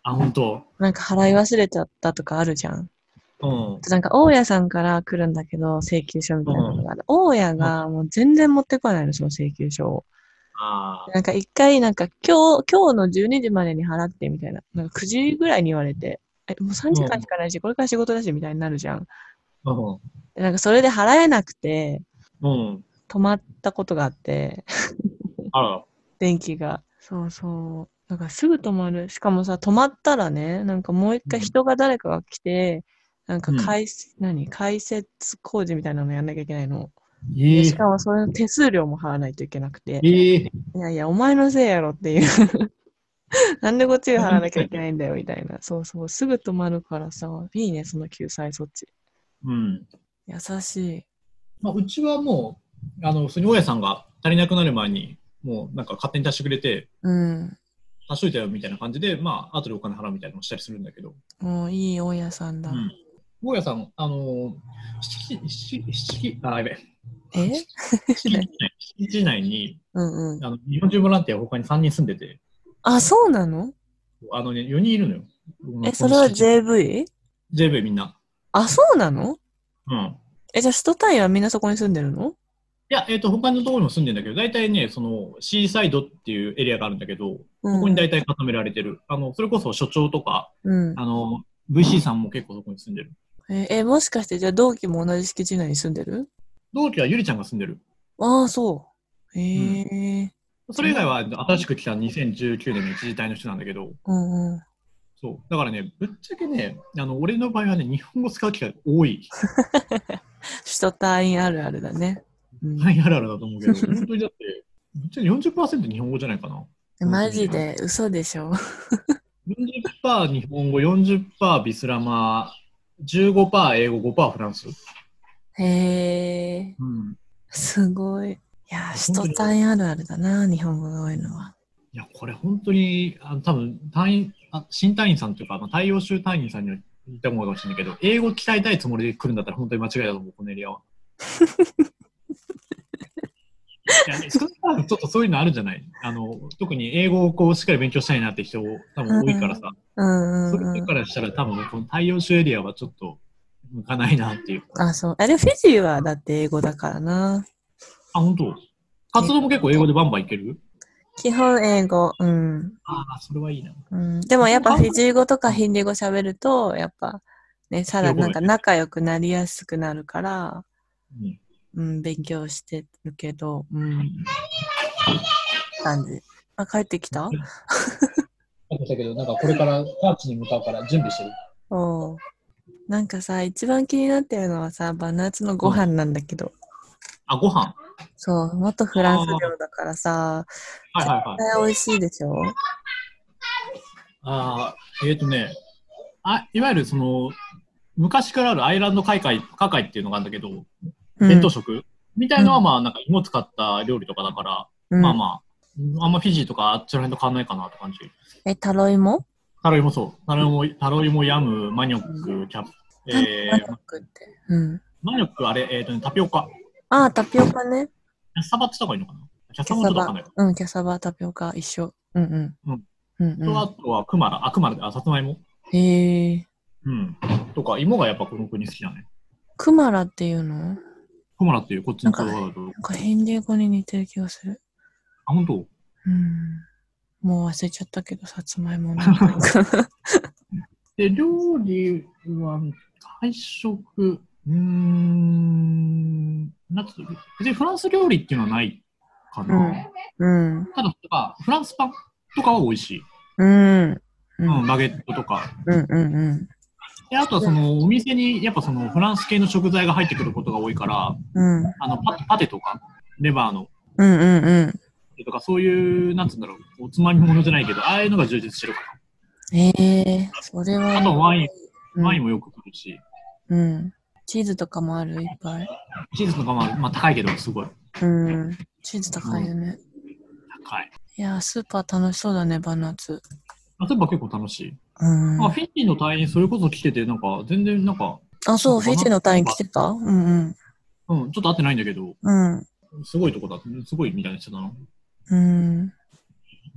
あ、本当。 なんか払い忘れちゃったとかあるじゃん。 うん。 なんか、大家さんから来るんだけど、請求書みたいなのがある。大家うん。 がもう全然持ってこないの、その請求書を。 あなんか一回、なんか今日の12時までに払ってみたいな。なんか9時ぐらいに言われて、もう3 ー。うん。 時間しかないし、これから仕事だし、みたいになるじゃん。 うん。 でなんかそれで払えなくて、 うん。 止まったことがあって、 あら。 電気が。そうそう。なんかすぐ止まる。しかもさ、止まったらね、なんかもう一回うん。 誰かが来て、なんかうん。 解説工事みたいなのやんなきゃいけないの。で、しかええもそれの手数料も払わないといけなくて、 ええいやいや、お前のせいやろっていう。なんでこっちが払わなきゃいけないんだよ、みたいな。そうそう、すぐ止まるからさ、いいね、その救済措置。 うん。 優しい。 まあ、うちはもう、普通に大家さんが足りなくなる前に、もうなんか勝手に足してくれて、 うん。 足しといたよみたいな感じで、まあ、後でお金払うみたいなのをしたりするんだけど、 もういい大家さんだ。 うん。大家さん、やべ、 え敷地内に、 うんうん。 日本人ボランティア他に3人住んでて、 あ、そうなの？ 4人いるのよ。こそれはの敷地。 JV？ JV みんな。 あ、そうなの？ うん。 じゃあ、首都単位はみんなそこに住んでるの？ いや、他のところにも住んでるんだけど、大体ね、その、シーサイドっていうエリアがあるんだけど、そこにうん。 大体固められてる。それこそ所長とか、 うん。 VC さんも結構そこに住んでる。 もしかして、じゃあ同期も同じ敷地内に住んでる？ 同期はゆりちゃんが住んでる。 ああ、そう。 うん。そじゃあ、 れ以外は新しく来た2019年の一時隊の人なんだけど、 うんうん。 そう。だからね、ぶっちゃけね、俺の場合はね、日本語使う機会が多い。 首都単位あるあるだね。うん。 はい、あるあるだと思うけど、本当にだって、ぶっちゃけ40%日本語じゃないかな。このマ国で。 ジで嘘でしょ？ 40%日本語、40%ビスラマ、15%英語、5%フランス。 へえ、 うん。 すごい。いや、首都本当に、 単位あるあるだな、日本語が多いのは。 いや、これ本当に、多分隊員新隊員さんというか、太陽州隊員さんには言った方がいいかもしれないけど、英語鍛えたいつもりで来るんだったら本当に間違いだと思う、このエリアは。いや、少なくともちょっとそういうのあるじゃない。特に英語をこうしっかり勉強したいなって人多分多いからさ、それうんうん。 からしたら多分この太陽州エリアはちょっと向かないなっていう。 あ、そう。で、フィジーはだって英語だからな。 あ、本当。活動も結構英語でバンバンいける？ 基本英語。うん。 ああ、それはいいな。 うん。でもうちやっぱフィも韓国、 ジー語とかヒンディー語喋ると、やっぱね、さらになんか喜ぶね。 仲良くなりやすくなるから、 うん。 うん、勉強してるけど、うん、感じ。あ、帰ってきた？ だけど、なんかこれからパーチに向かうから準備してる。 おう。なんかさ、一番気になってるのはさ、バナーツのごうん。 飯なんだけど。 あ、ご飯。 そう、元フランスああ、 領だからさ、 はい絶はいはい。 対美味しいでしょ？ ああ、ね、いわゆるその、昔からあるアイランドカ会っていうのがあるんだけど、 うん、 伝統食みたいのはうん、 まあなんか芋使った料理とかだから、 うん。 まあまあ、あんまフィジーとかあっちら辺と変わんないかなって感じ。 タロイモ？ タロイモそう。タロイモ、ヤム、マニョッうん。 ク、 何マニョッー、 クって。うん。 マニョックあれ、タピオカ。 ああ、タピオカね。 キャッサバって言った方がいいのかな？キャッサバもちょキャサバ。 っとわかんないか。 うん、キャサバ、タピオカ、一緒。うんうん。 うん。 うんうあとはクマラで、さつまいも。 ん。へえ。 うん。とか、芋がやっぱこの国好きだね。 クマラっていうの？ クマラっていうこっちのなんか、 言葉だと。 ヒンディー語に似てる気がする。 あ、本当？ うん。もう忘れちゃったけど、さつまいもなんか。 で、料理は、外食、なんつうの別にフランス料理っていうのはないかうん。 な。 うん。 ただ、フランスパンとかは美味しい。 うん。うん。 うん、バゲットとか。 うん。うん。うん。 で、あとはそのお店にやっぱそのフランス系の食材が入ってくることが多いから、 うん。 パテとか、レバーの、 うん。うん。 とかそういう、なんつうんだろう、おつまみものじゃないけど、ああいうのが充実してるかそれはな。あいい。 とうん。 ワインもよく来るし、 うん。チーズとかもある、いっぱい。 チーズとかもある、まあ高いけど、すごい。 うん。チーズ高うん、 いよね。 高い。 いやー、スーパー楽しそうだね、バナツ。 例えば結構楽しい。 うん。 フィリピンの隊員それこそ来てて、なんか全然あ、そう、フィジーの隊員来バナてた？うんうん。 うん、ちょっと会ってないんだけど、 うん。 すごいとこだ、すごいみたいにしてたの。 うん。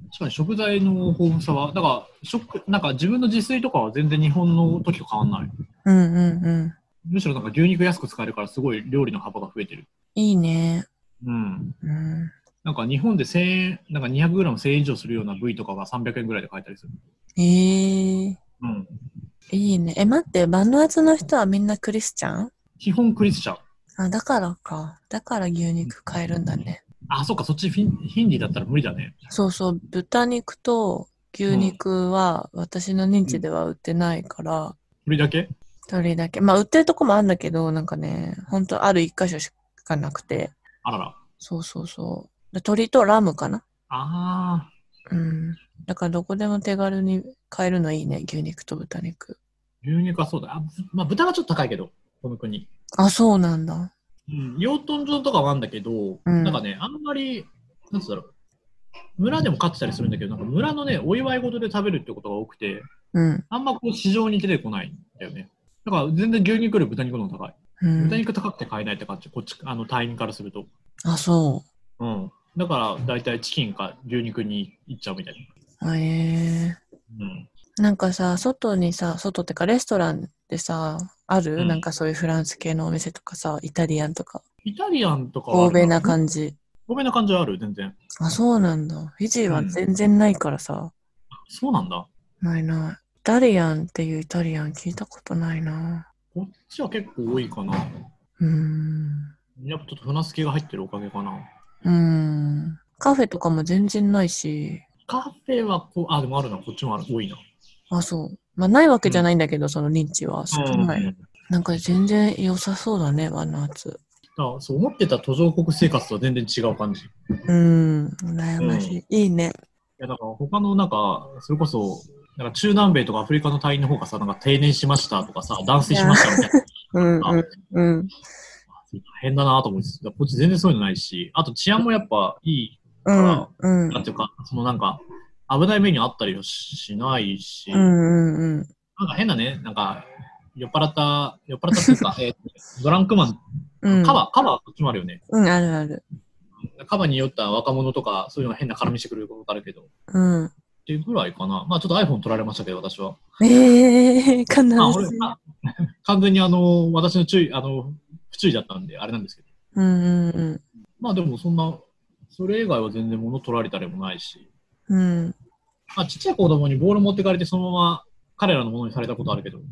確かに食材の豊富さは、だからなんか自分の自炊とかは全然日本の時と変わんない。 うんうんうん。 むしろなんか牛肉安く使えるからすごい料理の幅が増えてる。 いいね。 うん。 うん。 なんか日本で1000円、なんか 200g1000 円以上するような部位とかが300円ぐらいで買えたりする。うん。 いいね。待って、バヌアツの人はみんなクリスチャン？ 基本クリスチャン。 あ、だからか。だから牛肉買えるんだね。 あ、そっか、そっちヒンディだったら無理だね。 そうそう、豚肉と牛肉は私の認知では売ってないから、 これだけ鶏だけ。まあ売ってるとこもあるんだけど、なんかね、ほんとある一箇所しかなくて。 あらら。 そうそうそう。鶏とラムかな。 あうん。だからどこでも手軽に買えるのいいね、牛肉と豚肉。 牛肉はそうだ。まあ豚はちょっと高いけど、この国。 あ、そうなんだ。 うん。養豚場とかはあるんだけど、 うん。 なんかね、あんまり、なんつうんだろう。村でも飼ってたりするんだけど、なんか村のね、お祝い事で食べるってことが多くて、 うん。 あんまこう市場に出てこないんだよね。だから全然牛肉より豚肉の方が高い。豚肉高くて買えないって感じ、こっち、隊員からすると。 あ、そうん。だから大体チキンか牛肉に行っちゃうみたいう。 な。うん。 なんかさ、外ってかレストランでさ、ある、なんかそういうフランス系のお店とかさ、イタリアンとか。 イタリアンとかはある欧米な感じ。 欧米な感じはある、全然。 あ、そうなんだ。フィジーは全然ないからさ。 そうなんだ。 ないない。イタリアンっていうイタリアン聞いたことないな。 こっちは結構多いかな。やっぱちょっとフランス系が入ってるおかげかな。 カフェとかも全然ないし。 カフェはでもあるな、こっちも多いな。 あ、そう。まあ、ないわけじゃないんだけど、その認知は少ない。なんか全然良さそうだね、夏。 そう思ってた途上国生活とは全然違う感じ。 羨ましい。いいね。 いや、だから他のなんか、それこそ、なんか中南米とかアフリカの隊員の方がさ、なんか定年しましたとかさ、断水しましたみたいな。大変だなと思うんです。こっち全然そういうのないし、あと治安もやっぱいいから、なんていうか、そのなんか、危ない目にあったりはしないし、なんか変なね、なんか、酔っ払ったっていうか、ドランクマン、カバこっちもあるよね。 あるある。 カバに酔った若者とか、そういうのが変な絡みしてくることがあるけど、っていうぐらいかな。まあちょっと iPhone 取られましたけど、私は。 悲しい。 完全に私の不注意だったんで、あれなんですけど。まあでもそんな、それ以外は全然物取られたりもないし。まあちっちゃい子供にボール持ってかれてそのまま彼らのものにされたことあるけど。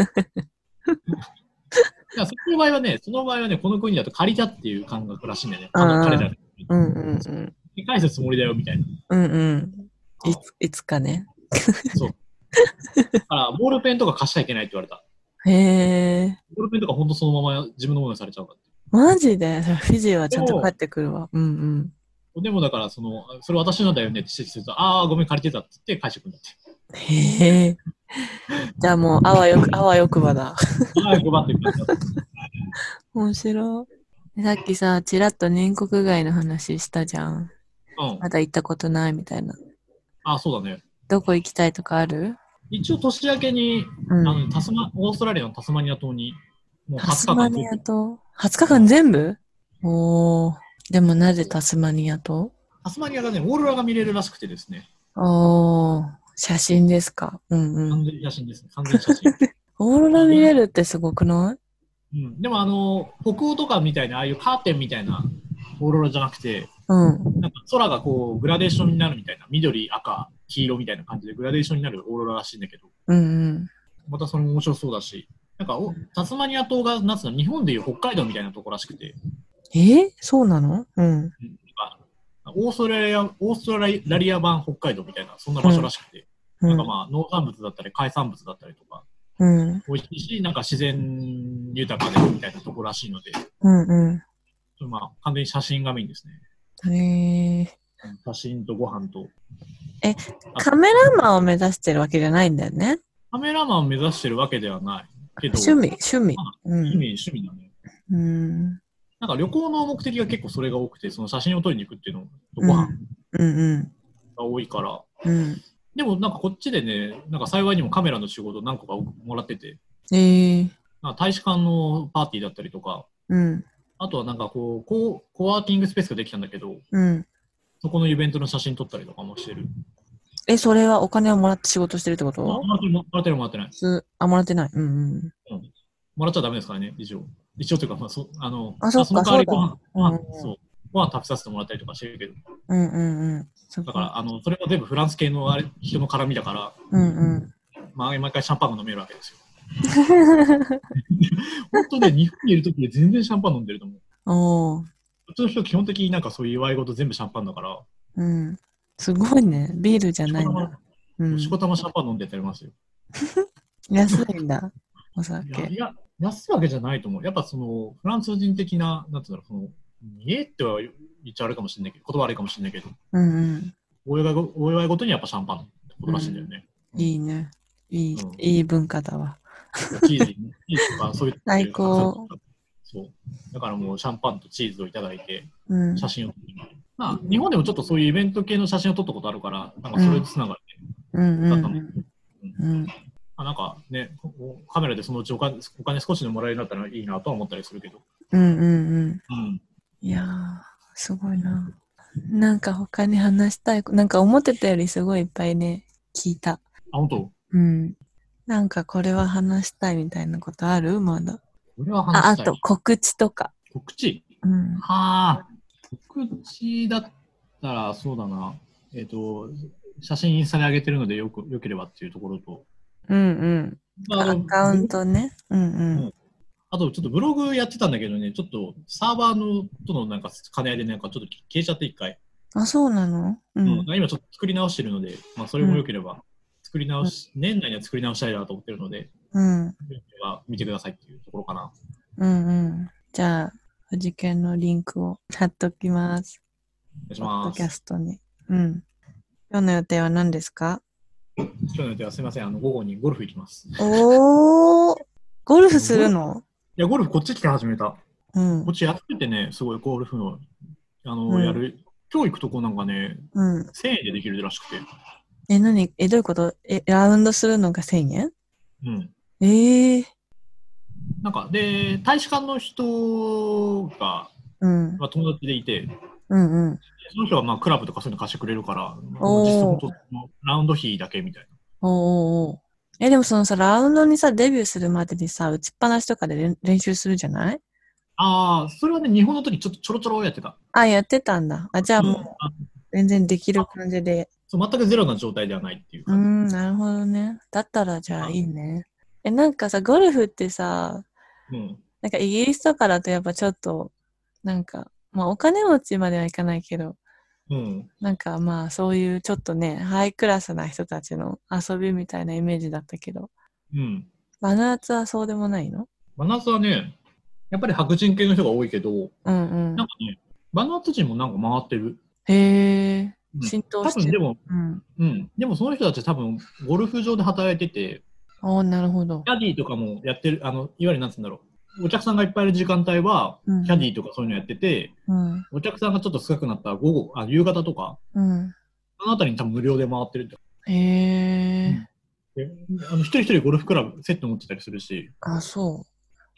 その場合はね、この国だと借りたっていう感覚らしいんだよね。彼らに。返すつもりだよ、みたいな。 いつかね。 そう。だから、ボールペンとか貸しちゃいけないって言われた。 へー。 ボールペンとかほんとそのまま自分のものにされちゃうから。 マジでフィジーはちゃんと帰ってくるわ。 でもだから、それ私のだよねって指摘すると、ごめん、借りてたって言って返してくるんだって。 へえ。じゃあもう、あわよくばだ。 あわよくばって言った。 面白い。さっきさ、ちらっと年国外の話したじゃん。まだ行ったことないみたいな。 そうだね。 どこ行きたいとかある？ 一応年明けに、オーストラリアのタスマニア島に、もう20日間。タスマニア島 ?20 日間全部？おー。でもなぜタスマニア島？ タスマニアがね、オーロラが見れるらしくてですね。 写真ですか？ 完全写真ですね。完全写真。 オーロラ見れるってすごくない？ でも北欧とかみたいな、ああいうカーテンみたいなオーロラじゃなくて、なんか空がこうグラデーションになるみたいな、緑、赤、黄色みたいな感じでグラデーションになるオーロラらしいんだけど、またそれも面白そうだし、なんかタスマニア島がなんつうの、日本でいう北海道みたいなところらしくて。 そうなの？ オーストラリア版北海道みたいな、そんな場所らしくて、なんかまあ農産物だったり海産物だったりとか、美味しいし、なんか自然豊かでみたいなところらしいので、まあ完全に写真がメインですね。写真とご飯と。 カメラマンを目指してるわけじゃないんだよね。 カメラマンを目指してるわけではないけど。 趣味だね。なんか旅行の目的が結構それが多くて、その写真を撮りに行くっていうのとご飯が多いから。でもなんかこっちでね、なんか幸いにもカメラの仕事何個かもらってて、なんか大使館のパーティーだったりとか、あとはなんかコワーキングスペースができたんだけど、 そこのイベントの写真撮ったりとかもしてる。 それはお金をもらって仕事してるってこと？ もらってない。 もらってない。うんうん。 うん。もらっちゃダメですからね、一応というか、 そっそか、 の代わりそうご飯食べさせてもらったりとかしてるけど。 うんうんうん。 だから、それは全部フランス系の人の絡みだから、毎回シャンパンが飲めるわけですよ。本当ね、日本にいるときで全然シャンパン飲んでると思う。普通の人、基本的になんかそういう祝い事全部シャンパンだから。 すごいね。ビールじゃないんだ。 しこたまシャンパン飲んでやりますよ。 安いんだ、お酒。 いや、安いわけじゃないと思う。やっぱその、フランス人的な、なんていうんだろう、その、家っては言っちゃあれかもしれないけど、言葉悪いかもしれないけど、お祝い事にやっぱシャンパンってことらしいんだよね。 いいね。いい文化だわ。 チーズとか、そういう。 最高。 そう。だからもうシャンパンとチーズをいただいて、写真を撮ってもらう。まあ、日本でもちょっとそういうイベント系の写真を撮ったことあるから、なんかそれつながって、だったの。なんかね、カメラでそのうちお金少しでもらえるんだったらいいなとは思ったりするけど。いやー、すごいな。なんか他に話したい、なんか思ってたよりすごいいっぱいね、聞いた。 あ、本当？ なんかこれは話したいみたいなことある？まだ。 これは話したい。 あと告知とか。 告知？告知だったらそうだな。写真インスタに上げてるのでよければっていうところと。アカウントね。 あとちょっとブログやってたんだけどね、ちょっとサーバーとのなんか兼ね合いでなんかちょっと消えちゃって一回。 あ、そうなの？ 今ちょっと作り直してるので、まあそれもよければ年内には作り直したいなと思ってるので、見てくださいっていうところかな。 じゃあ、藤健のリンクを貼っときます。 お願いします。 ポッドキャストに。今日の予定は何ですか？ 今日の予定はすみません、午後にゴルフ行きます。 ゴルフするの？ いや、ゴルフこっち来て始めた。こっちやっててね、すごいゴルフの、やる、今日行くとこなんかね、1000円でできるらしくて。 どういうこと？ラウンドするのが1000円？ なんか、で、大使館の人が、友達でいて、その人はまあクラブとかそういうの貸してくれるから、実質本当ラウンド費だけみたいな。 でもそのさ、ラウンドにさ、デビューするまでにさ、打ちっぱなしとかで練習するじゃない？ それはね、日本の時ちょっとちょろやってた。 やってたんだ。じゃあもう、全然できる感じで。 そう、全くゼロな状態ではないっていう感じ。 なるほどね。だったらじゃあいいね。なんかさ、ゴルフってさ、なんかイギリスとかだとやっぱちょっと、なんか、まあお金持ちまではいかないけど、なんかまあそういうちょっとね、ハイクラスな人たちの遊びみたいなイメージだったけど、バナーツはそうでもないの？ バナーツはね、やっぱり白人系の人が多いけど、なんかね、バナーツ人もなんか回ってる。 へー、浸透してる。 多分でもその人たち多分ゴルフ場で働いてて、 なるほど。 キャディーとかもやってる、いわゆるなんつうんだろう。お客さんがいっぱいいる時間帯は、キャディーとかそういうのやってて、お客さんがちょっと少なくなった夕方とか、そのあたりに多分無料で回ってるって。一人一人ゴルフクラブセット持ってたりするし。 そう。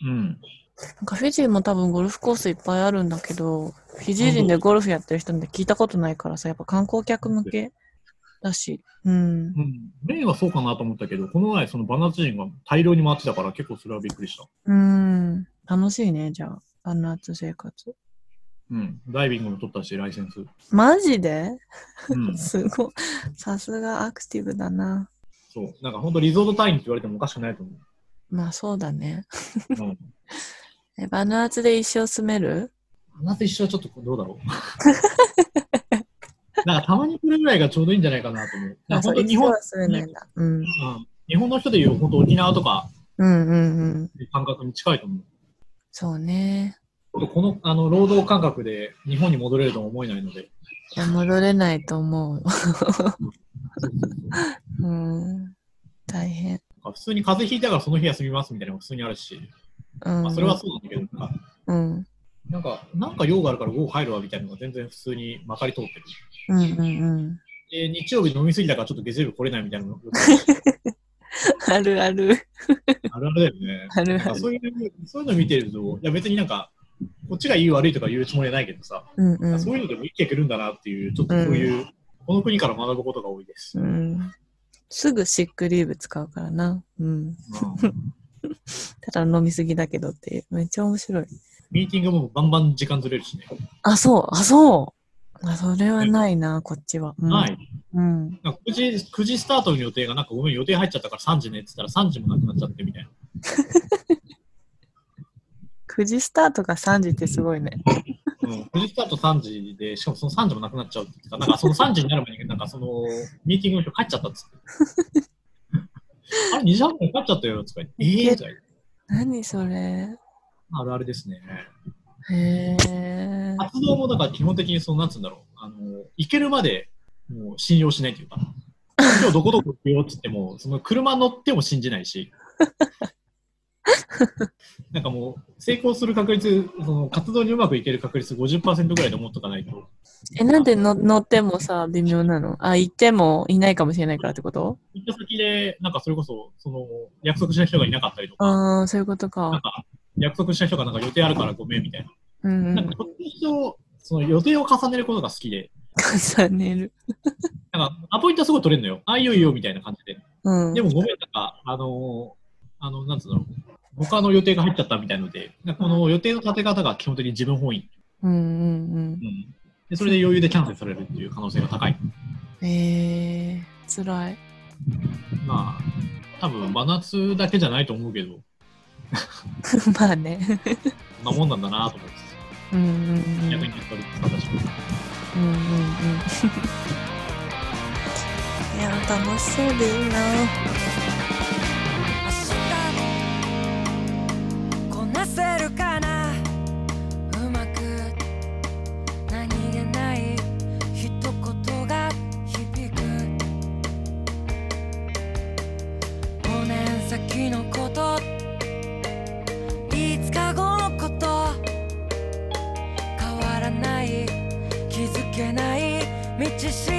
なんかフィジーも多分ゴルフコースいっぱいあるんだけど、フィジー人でゴルフやってる人って聞いたことないからさ、やっぱ観光客向けだし。メインはそうかなと思ったけど、この前そのバナーツ人が大量に回ってたから結構それはびっくりした。 楽しいね、じゃあ、バナーツ生活。 ダイビングも取ったし、ライセンス。 マジで？すごい。さすがアクティブだな。 そう。なんか本当リゾート隊員って言われてもおかしくないと思う。 まあそうだね。バナーツで一生住める？ バナーツ一生ちょっとどうだろう。なんかたまに来るぐらいがちょうどいいんじゃないかなと思う。 本当日本は住めないんだ。 日本の人でいう本当沖縄とか、感覚に近いと思う。 そうね。 この労働感覚で日本に戻れるとは思えないので。 いや、戻れないと思う。大変。 普通に風邪ひいたからその日休みますみたいなのも普通にあるし、それはそうなんだけど、なんか用があるから午後帰るわみたいなのが全然普通にまかり通ってる。で、日曜日飲みすぎたからちょっと月曜日来れないみたいなのもあるある。 あるあるだよね。そういうの見てると、いや別になんか、 こっちがいい悪いとか言うつもりはないけどさ、 うんうん、 そういうのでも生きてくるんだなっていう、ちょっとそういう、この国から学ぶことが多いです。 すぐシックリーブ使うからな。ただ飲みすぎだけどっていう。めっちゃ面白い。 ミーティングもバンバン時間ずれるしね。 そう。それはないな、こっちは。 ない。9時スタートの予定が、なんかごめん、予定入っちゃったから3時ねって言ったら3時もなくなっちゃってみたいな。 9時スタートが3時ってすごいね。 9時スタート3時で、しかもその3時もなくなっちゃうっていうか、なんかその3時になる前に、なんかそのミーティングの人帰っちゃったっつって。あれ、2時半前に帰っちゃったよとか言って。 何それ。 あるあるですね。 へー。 活動もだから基本的にその、なんつうんだろう。行けるまでもう信用しないというか、今日どこどこ行くよって言っても、その車乗っても信じないし、なんかもう成功する確率、その活動にうまくいける確率 50% ぐらいで思っとかないと。 なんで乗ってもさ、微妙なの？行ってもいないかもしれないからってこと？ 行った先で、なんかそれこそ、その、約束した人がいなかったりとか、 そういうことか。 なんか、約束した人がなんか予定あるからごめんみたいな。なんかこっちの人、その予定を重ねることが好きで。 重ねる。 なんか、アポイントはすごい取れるのよ。いいよいいよみたいな感じで。でもごめん、なんか、なんつうの、他の予定が入っちゃったみたいので、この予定の立て方が基本的に自分本位。でそれで余裕でキャンセルされるっていう可能性が高い。 辛い。 まあ、多分真夏だけじゃないと思うけど。 まあね。 そんなもんなんだなと思って。逆に取り方します。 いや、楽しそうでいいな。こなせるかな、うまく何気ない一言が響く。5年先のこと、5日後のこと、変わらない気づけない道し